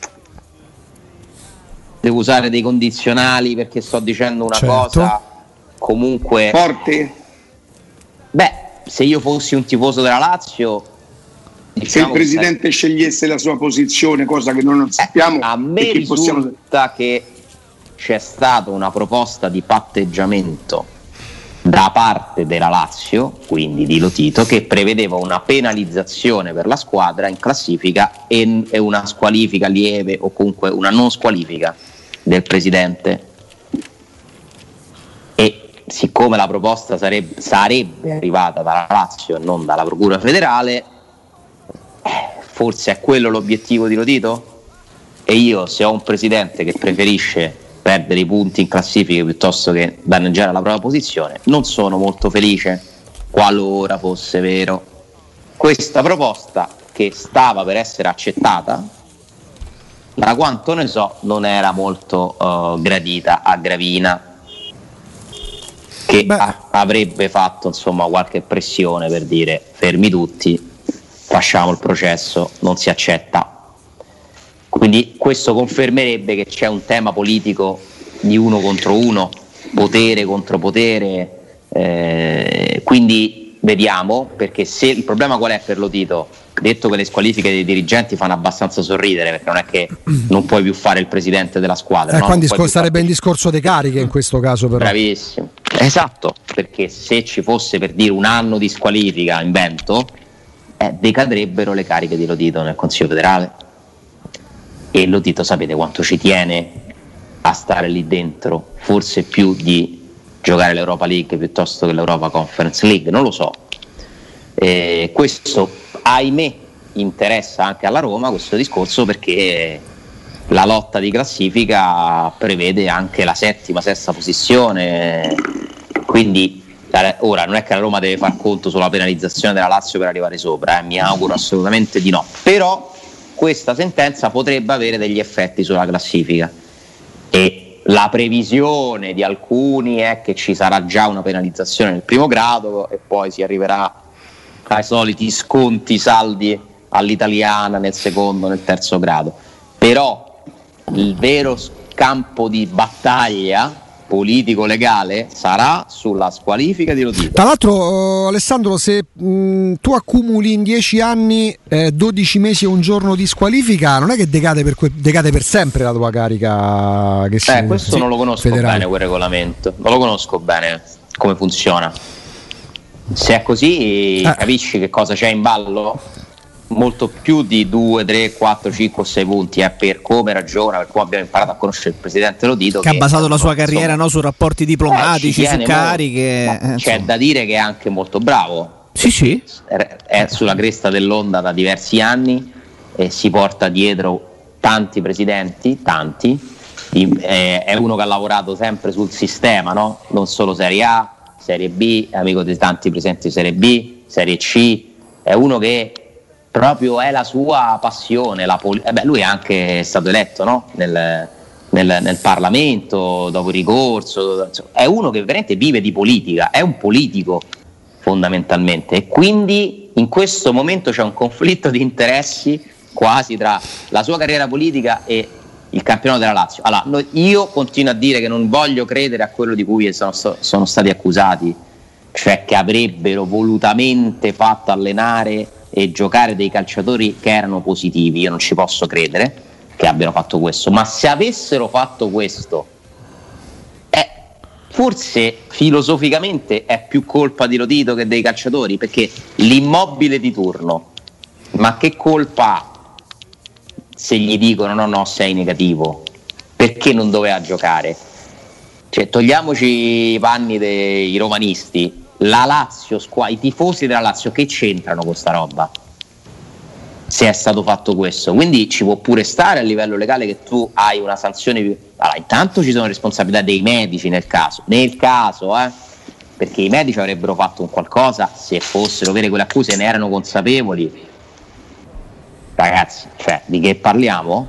devo usare dei condizionali perché sto dicendo una cosa comunque forte. Se io fossi un tifoso della Lazio, se il presidente scegliesse la sua posizione, cosa che noi non sappiamo, a me risulta che c'è stata una proposta di patteggiamento da parte della Lazio, quindi di Lotito, che prevedeva una penalizzazione per la squadra in classifica e una squalifica lieve o comunque una non squalifica del presidente. E siccome la proposta sarebbe arrivata dalla Lazio e non dalla Procura federale, forse è quello l'obiettivo di Lotito? E io, se ho un presidente che preferisce perdere i punti in classifica piuttosto che danneggiare la propria posizione, non sono molto felice qualora fosse vero. Questa proposta, che stava per essere accettata, da quanto ne so non era molto gradita a Gravina, che avrebbe fatto insomma qualche pressione per dire fermi tutti, facciamo il processo, non si accetta. Quindi questo confermerebbe che c'è un tema politico di uno contro uno, potere contro potere, quindi vediamo, perché se il problema qual è per Lotito, detto che le squalifiche dei dirigenti fanno abbastanza sorridere, perché non è che non puoi più fare il presidente della squadra, no? Quindi sarebbe in discorso di cariche in questo caso, però. Bravissimo, esatto, perché se ci fosse per dire un anno di squalifica, invento, decadrebbero le cariche di Lotito nel Consiglio federale. E Lotito sapete quanto ci tiene a stare lì dentro, forse più di giocare l'Europa League piuttosto che l'Europa Conference League, non lo so. Questo ahimè interessa anche alla Roma, questo discorso, perché la lotta di classifica prevede anche la settima, sesta posizione, quindi ora non è che la Roma deve far conto sulla penalizzazione della Lazio per arrivare sopra, mi auguro assolutamente di no, però questa sentenza potrebbe avere degli effetti sulla classifica e la previsione di alcuni è che ci sarà già una penalizzazione nel primo grado e poi si arriverà ai soliti sconti saldi all'italiana nel secondo, nel terzo grado. Però il vero campo di battaglia politico-legale sarà sulla squalifica di Lotito. Tra l'altro, Alessandro, se tu accumuli in 10 anni 12 mesi e un giorno di squalifica, non è che decade per sempre la tua carica? Questo non lo conosco bene, quel regolamento, non lo conosco bene come funziona. Se è così, capisci che cosa c'è in ballo? Molto più di 2, 3, 4, 5 o 6 punti per come ragiona, per come abbiamo imparato a conoscere il presidente Lotito, che ha basato la sua carriera su rapporti diplomatici, su cariche. C'è da dire che è anche molto bravo. Sì. È sulla cresta dell'onda da diversi anni e si porta dietro tanti presidenti, è uno che ha lavorato sempre sul sistema, no? Non solo Serie A, Serie B, è amico di tanti presidenti di Serie B, Serie C, è uno che proprio è la sua passione. Lui è anche stato eletto, no? nel Parlamento dopo il ricorso, è uno che veramente vive di politica, è un politico fondamentalmente, e quindi in questo momento c'è un conflitto di interessi quasi tra la sua carriera politica e il campionato della Lazio. Allora, io continuo a dire che non voglio credere a quello di cui sono stati accusati, cioè che avrebbero volutamente fatto allenare e giocare dei calciatori che erano positivi. Io non ci posso credere che abbiano fatto questo, ma se avessero fatto questo, forse filosoficamente è più colpa di Lotito che dei calciatori, perché l'Immobile di turno, ma che colpa ha se gli dicono no sei negativo, perché non doveva giocare? Cioè, togliamoci i panni dei romanisti. La Lazio, i tifosi della Lazio che c'entrano con sta roba se è stato fatto questo? Quindi ci può pure stare a livello legale che tu hai una sanzione più. Allora, intanto ci sono responsabilità dei medici nel caso, perché i medici avrebbero fatto un qualcosa se fossero vere quelle accuse, ne erano consapevoli. Ragazzi, cioè, di che parliamo?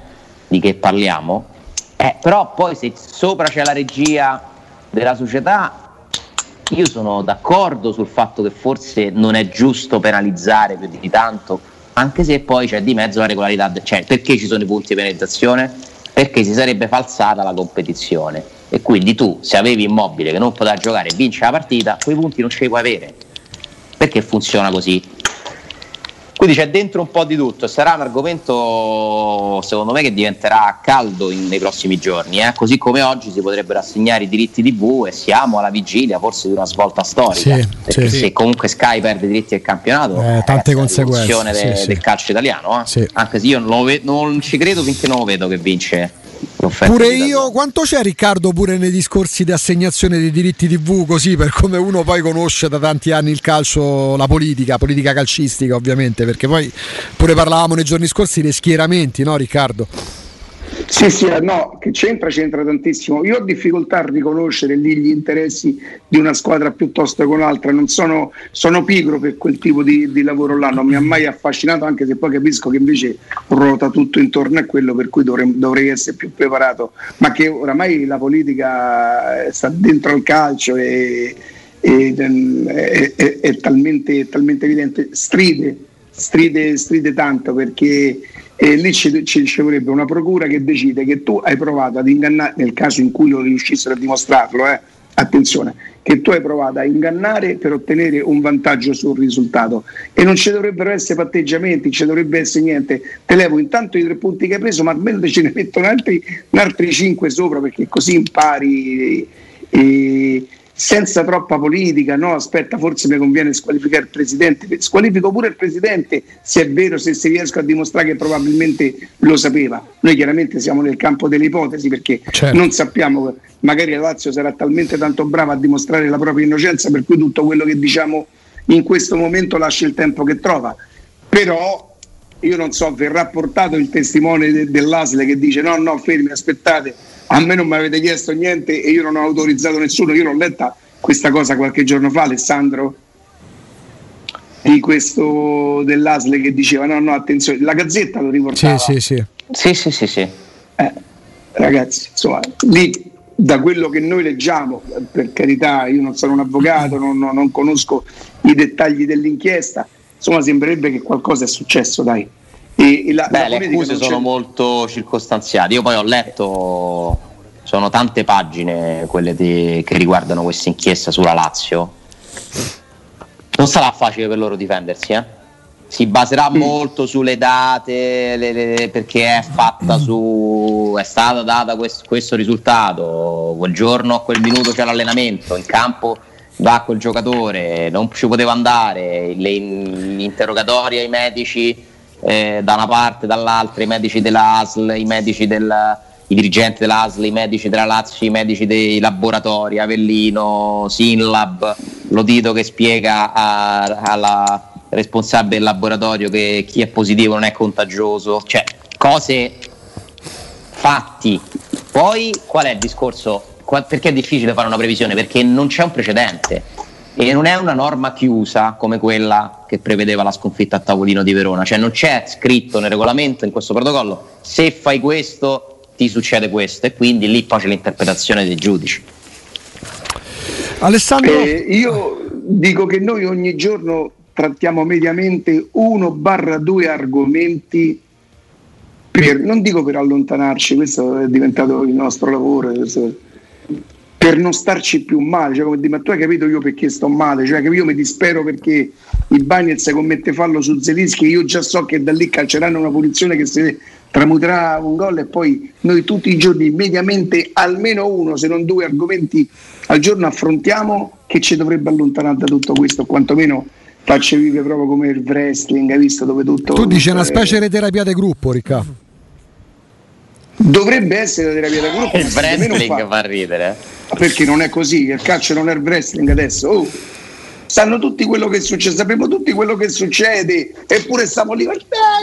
Però poi se sopra c'è la regia della società, io sono d'accordo sul fatto che forse non è giusto penalizzare più di tanto, anche se poi c'è di mezzo la regolarità, cioè perché ci sono i punti di penalizzazione? Perché si sarebbe falsata la competizione, e quindi tu, se avevi Immobile che non poteva giocare e vince la partita, quei punti non ce li puoi avere, perché funziona così. Quindi c'è dentro un po' di tutto, sarà un argomento secondo me che diventerà caldo nei prossimi giorni, così come oggi si potrebbero assegnare i diritti TV e siamo alla vigilia forse di una svolta storica, perché se comunque Sky perde i diritti del campionato, tante conseguenze del calcio italiano, anche se io non ci credo finché non lo vedo che vince. Pure io, quanto c'è Riccardo pure nei discorsi di assegnazione dei diritti TV, così per come uno poi conosce da tanti anni il calcio, la politica calcistica ovviamente, perché poi pure parlavamo nei giorni scorsi dei schieramenti, no Riccardo? Sì, no, che c'entra tantissimo. Io ho difficoltà a riconoscere lì gli interessi di una squadra piuttosto che un'altra, non sono pigro per quel tipo di lavoro là, non mi ha mai affascinato, anche se poi capisco che invece ruota tutto intorno a quello per cui dovrei essere più preparato, ma che oramai la politica sta dentro al calcio e è talmente evidente, stride tanto, perché lì ci vorrebbe una procura che decide che tu hai provato ad ingannare, nel caso in cui lo riuscissero a dimostrarlo, attenzione, che tu hai provato a ingannare per ottenere un vantaggio sul risultato, e non ci dovrebbero essere patteggiamenti, ci dovrebbe essere niente. Te levo intanto i 3 punti che hai preso, ma almeno ce ne mettono altri 5 sopra, perché così impari senza troppa politica. No, aspetta, forse mi conviene squalificare il presidente, squalifico pure il presidente se è vero, se si riesco a dimostrare che probabilmente lo sapeva. Noi chiaramente siamo nel campo delle ipotesi, perché non sappiamo, magari la Lazio sarà talmente tanto brava a dimostrare la propria innocenza per cui tutto quello che diciamo in questo momento lascia il tempo che trova. Però io non so, verrà portato il testimone dell'ASL che dice no, fermi, aspettate, a me non mi avete chiesto niente e io non ho autorizzato nessuno. Io l'ho letta questa cosa qualche giorno fa, Alessandro, di questo dell'ASL che diceva no, attenzione, la Gazzetta lo riportava. Sì. Ragazzi, insomma, lì, da quello che noi leggiamo, per carità, io non sono un avvocato, non conosco i dettagli dell'inchiesta, insomma sembrerebbe che qualcosa è successo, dai. Le accuse sono molto circostanziate. Io poi ho letto sono tante pagine quelle che riguardano questa inchiesta sulla Lazio. Non sarà facile per loro difendersi, si baserà molto sulle date, perché è stata data questo risultato, quel giorno a quel minuto c'è l'allenamento, in campo va quel giocatore, non ci poteva andare, gli interrogatori ai medici da una parte, dall'altra, i medici della ASL, i dirigenti dell'ASL, i medici della Lazio, i medici dei laboratori, Avellino, Sinlab, Lotito che spiega alla responsabile del laboratorio che chi è positivo non è contagioso, cioè cose, fatti. Poi qual è il discorso? Perché è difficile fare una previsione? Perché non c'è un precedente e non è una norma chiusa come quella che prevedeva la sconfitta a tavolino di Verona, cioè non c'è scritto nel regolamento, in questo protocollo, se fai questo ti succede questo, e quindi lì poi c'è l'interpretazione dei giudici. Alessandro, io dico che noi ogni giorno trattiamo mediamente 1-2 argomenti non dico per allontanarci, questo è diventato il nostro lavoro, per non starci più male, cioè come dire, ma tu hai capito io perché sto male, cioè che io mi dispero perché il Bagnez commette fallo su Zelinski, io già so che da lì calceranno una punizione che si tramuterà un gol, e poi noi tutti i giorni mediamente almeno 1 se non 2 argomenti al giorno affrontiamo che ci dovrebbe allontanare da tutto questo, quantomeno facci vivere proprio come il wrestling, hai visto, dove tutto... Tu dici una specie di terapia di gruppo, Riccardo. Dovrebbe essere la terapia di gruppo. Il wrestling fa ridere. Perché non è così, il calcio non è il wrestling adesso. Sanno tutti quello che succede, sappiamo tutti quello che succede, eppure stiamo lì.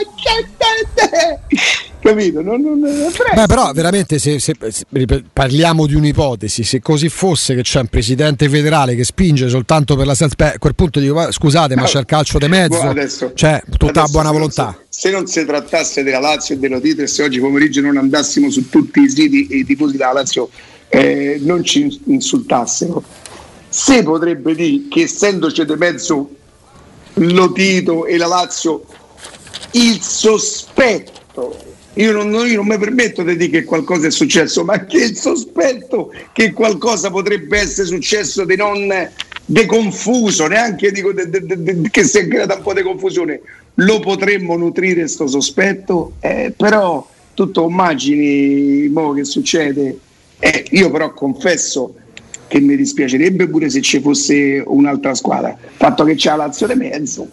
Capito? Beh, però veramente se parliamo di un'ipotesi, se così fosse che c'è un presidente federale che spinge soltanto per la a quel punto dico scusate, ma c'è il calcio di mezzo, adesso, c'è tutta la buona volontà. Se non si trattasse della Lazio e dello Tito, e se oggi pomeriggio non andassimo su tutti i siti e i tifosi della Lazio non ci insultassero, si potrebbe dire che essendoci di mezzo lo Tito e la Lazio, il sospetto, io non mi permetto di dire che qualcosa è successo, ma che il sospetto che qualcosa potrebbe essere successo di non de confuso, neanche dico che si è creata un po' di confusione, lo potremmo nutrire sto sospetto, però tutto immagini che succede, io però confesso che mi dispiacerebbe pure se ci fosse un'altra squadra, fatto che c'è la Lazio di mezzo.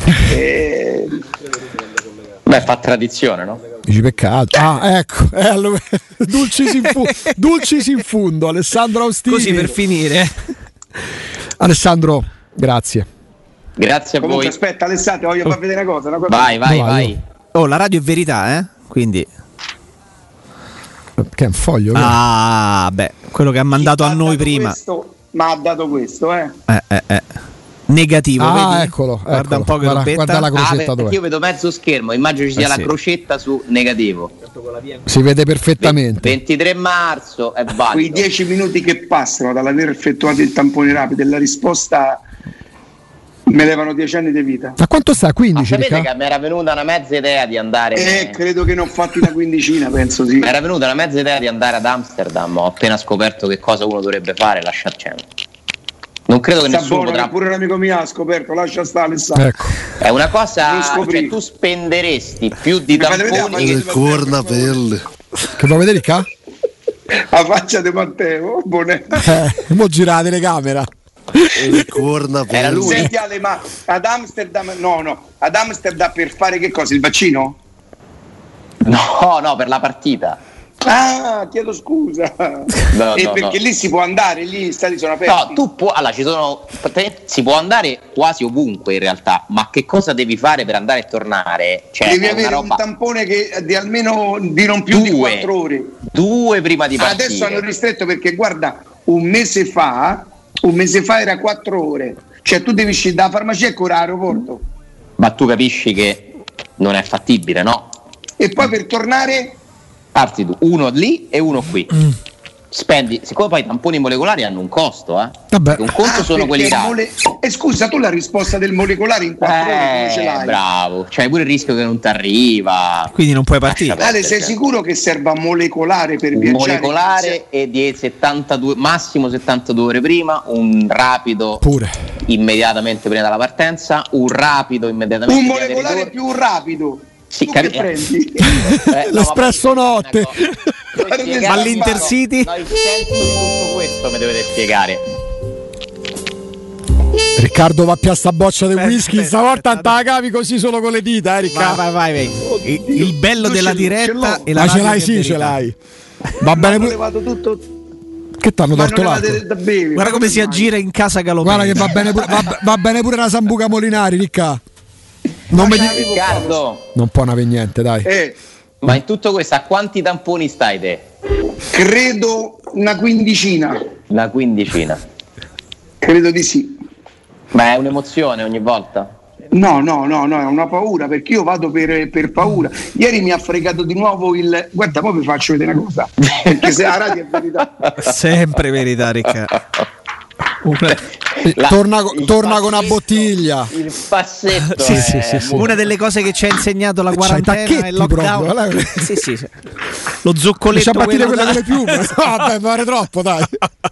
Beh, fa tradizione, no? Dici peccato. Ecco, allora, dulcis in fundo, Alessandro Austini. Così per finire. Alessandro, grazie. Grazie a Comunque, voi. aspetta Alessandro, voglio far vedere una cosa. Vai. Oh, la radio è verità, quindi... Che è un foglio? Quello che ha mandato a noi prima. Ma ha dato questo, Negativo, vedi? Eccolo. Guarda un po' che guarda la crocetta dov'è. Io vedo mezzo schermo, immagino ci sia la crocetta su negativo. Si vede perfettamente. 23 marzo è valido. Quei 10 minuti che passano dall'aver effettuato il tampone rapido e la risposta me levano 10 anni di vita. A quanto sta? 15? Sapete che mi era venuta una mezza idea di andare. Credo che ne ho fatti una quindicina, penso sì. Mi era venuta una mezza idea di andare ad Amsterdam. Ho appena scoperto che cosa uno dovrebbe fare, lasciarcelo. Non credo che nessuno potrà. Pure un amico mio ha scoperto, lascia stare Alessandro. Ecco. È una cosa, cioè, tu spenderesti più di tamponi che cornapelle. Che vuoi vedere qua? La faccia di Matteo, mo gira la telecamera. Era lui. Senti Ale, ma ad Amsterdam ad Amsterdam per fare che cosa? Il vaccino? No, per la partita. Chiedo scusa. Perché lì si può andare, lì gli stati sono aperti. No, si può andare quasi ovunque in realtà, ma che cosa devi fare per andare e tornare? Cioè, devi avere un tampone che di almeno di non più di 4 ore. 2 prima di partire. Adesso hanno ristretto perché guarda, un mese fa era 4 ore. Cioè tu devi uscire dalla farmacia e correre all'aeroporto. Ma tu capisci che non è fattibile, no? E poi per tornare parti tu, uno lì e uno qui. spendi, siccome poi i tamponi molecolari hanno un costo, Vabbè. Un conto sono quelli dati. Scusa, tu la risposta del molecolare in 4 ore come ce l'hai? Bravo, c'hai pure il rischio che non ti arriva. Quindi non puoi partire. Ale, sei sicuro che serva molecolare per viaggiare? Molecolare e di 72, massimo 72 ore prima, un rapido Pure. immediatamente prima della partenza, un rapido immediatamente Un prima del molecolare ritorno. più rapido. Sì, Tu che prendi? L'espresso notte. Ma l'Intercity? No, il senso di tutto questo mi dovete spiegare. Riccardo va più a sta boccia di whisky, aspetta, stavolta non te aspetta. la cavi così solo con le dita, Riccardo. Vai. Il bello Tu della ce diretta l'ho. e la Ma ce radio l'hai, che è sì, verità. ce l'hai. Va Ma bene ho pure. levato tutto. Che t'hanno Ma tolto non l'acqua? levate da bere. Guarda come si aggira in casa Galopera. Guarda che va bene pure, va bene pure la Sambuca Molinari, Ricca. Non, Ma mi c'avevo Riccardo, non può avere niente, dai. ma in tutto questo a quanti tamponi stai te? Credo una quindicina. La quindicina. Credo di sì. Ma è un'emozione ogni volta? No, è una paura perché io vado per paura. Ieri mi ha fregato di nuovo il. Guarda, poi vi faccio vedere una cosa. Perché se la radio è verità. Sempre verità, Riccardo. Torna con una bottiglia. Il passetto. Sì, è sì. Una delle cose che ci ha insegnato la C'hai quarantena e il tacchetti lockdown. proprio, Sì. Lo zoccoletto. Ci ha battito quello quella da- delle piume. No, vabbè, fare troppo, dai.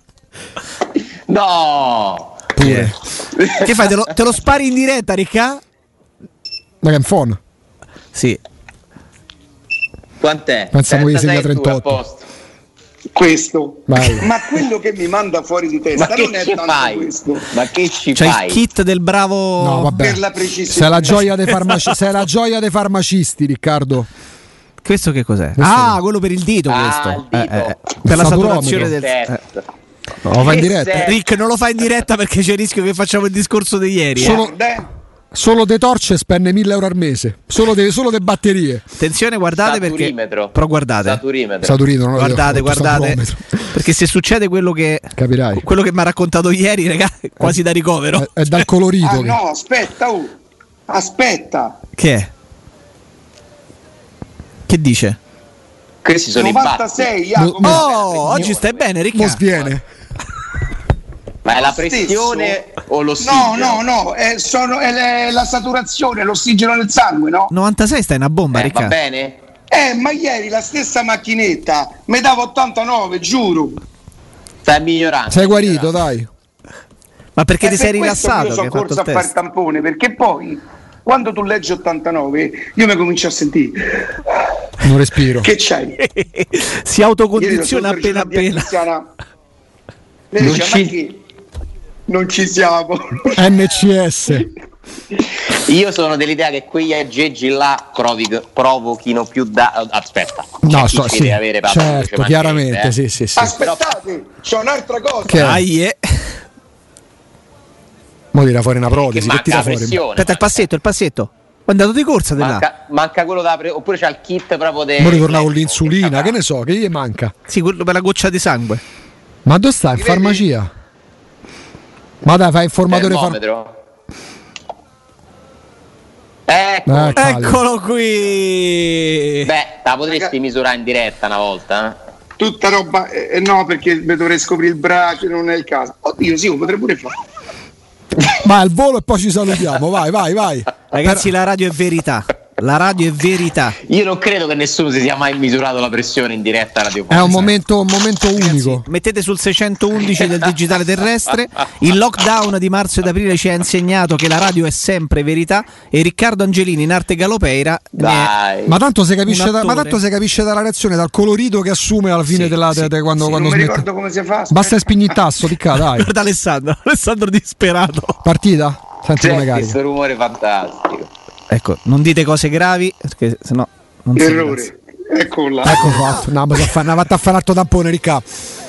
No! Pure. Che fai? Te lo spari in diretta, Ricca? Da che phone? Sì. Quant'è? Pensavo che 36 segna 38. a posto. Questo. Vai. Ma quello che mi manda fuori di Ma testa che non è ci tanto fai? questo. Ma che ci C'hai fai? il kit del bravo. No, vabbè. Per la precisione. Sei la gioia dei farmacisti, Riccardo. Questo che cos'è? Questo Ah, quello per il dito. Questo. il dito. Per la Saturometro. saturazione del. Set. No, lo fa in Che diretta. set. Rick, non lo fa in diretta perché c'è il rischio che facciamo il discorso di ieri. Solo De Torce spende 1.000 euro al mese. Solo de batterie. Attenzione, guardate perché. Saturimetro. Però guardate. Saturino, non lo Guardate. saturometro. Perché se succede quello che. Capirai. Quello che mi ha raccontato ieri, ragazzi, quasi da ricovero. È dal colorito. Ah che- no, aspetta, aspetta. Che è? Che dice? Questi sono i batti. 96, Jacopo. Oh, oggi stai bene, Ricca. Mo sviene. Ma è la Lo stesso? pressione o l'ossigeno? No, è la saturazione, l'ossigeno nel sangue, no? 96 stai una bomba, Ricca. Va bene? Ma ieri la stessa macchinetta mi dava 89, giuro. Stai migliorando. Sei guarito, dai. Ma perché ti Per sei questo rilassato? Io Che sono hai fatto corso il a fare test? tampone, perché poi quando tu leggi 89 io mi comincio a sentire Non respiro. che c'hai. Si autocondiziona appena. Lei Non dice, ci- ma che? Non ci siamo. NCS. Io sono dell'idea che quegli aggeggi là provochino più da. Aspetta. No, C'è chi ci deve avere paura, ci certo, mancherebbe, chiaramente, sì. Aspettate, c'è un'altra cosa. Che è? Mo tira fuori una Che protesi. Che manca tira la fuori? pressione. Aspetta, il passetto. È andato di corsa di là. Manca quello da oppure c'ha il kit proprio de. Mo ritorna con l'insulina, che ne so, che gli manca. Sì, quello per la goccia di sangue. Ma dove sta? In Ti farmacia? Ma dai, fai informatore Termometro. Ecco. Calli. Eccolo qui. Beh, la potresti misurare in diretta una volta, eh? Tutta roba, no, perché mi dovrei scoprire il braccio, non è il caso. Oddio, sì, lo potrei pure fare. Vai al volo e poi ci salutiamo. Vai. Ragazzi, la radio è verità. La radio è verità. Io non credo che nessuno si sia mai misurato la pressione in diretta radiofonica. È un momento unico. Mettete sul 611 del digitale terrestre. Il lockdown di marzo ed aprile ci ha insegnato che la radio è sempre verità. E Riccardo Angelini in arte Galopeira Dai. Ma tanto si capisce, Un attore. si capisce dalla reazione, dal colorito che assume alla fine quando non mi smette. ricordo come si fa. Basta spingere il tasto, Ricca, dai. guarda Alessandro disperato. Partita? Senti come Senti carica. questo rumore fantastico. Ecco, non dite cose gravi perché sennò non si ringrazia. Errore. Eccola. Ecco fatto. No, ma si fa a fare altro tampone, Ricca.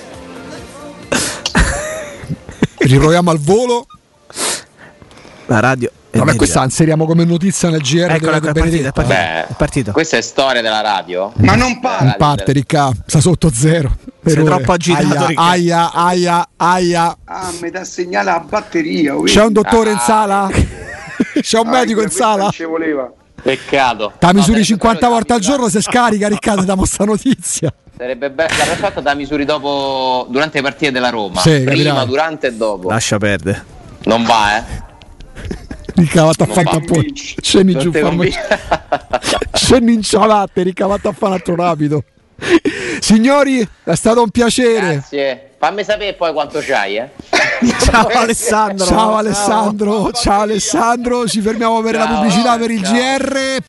Riproviamo al volo. La radio è Vabbè, verità. questa inseriamo come notizia nel GR Eccola, della è partito, Benedetta. Beh, è partito. Questa è storia della radio. Ma non parla. In parte, Ricca, sta sotto zero. Per Sei ore. troppo agitato, Ricca. Aia. Ah, mi dà segnale la batteria. C'è un dottore in sala? C'è un medico in sala? Non ci voleva. Peccato. Ta misuri No, 50 sarebbe volte al giorno, se scarica, Riccardo, diamo sta notizia. Sarebbe bello. La prossima volta da misuri dopo, durante le partite della Roma. Sì, Prima, capirai. durante e dopo. Lascia perdere. Non va, Ricavato a Non fare va, tappone. vinci. Scendi Non giù, te fammi. convince? Scendi in ciabatte, ricavato a fare un altro rapido. Signori, è stato un piacere. Grazie. Fammi sapere poi quanto c'hai, Ciao Alessandro. Ciao Alessandro, ciao Alessandro, ci fermiamo per la Ciao, pubblicità per il ciao. GR.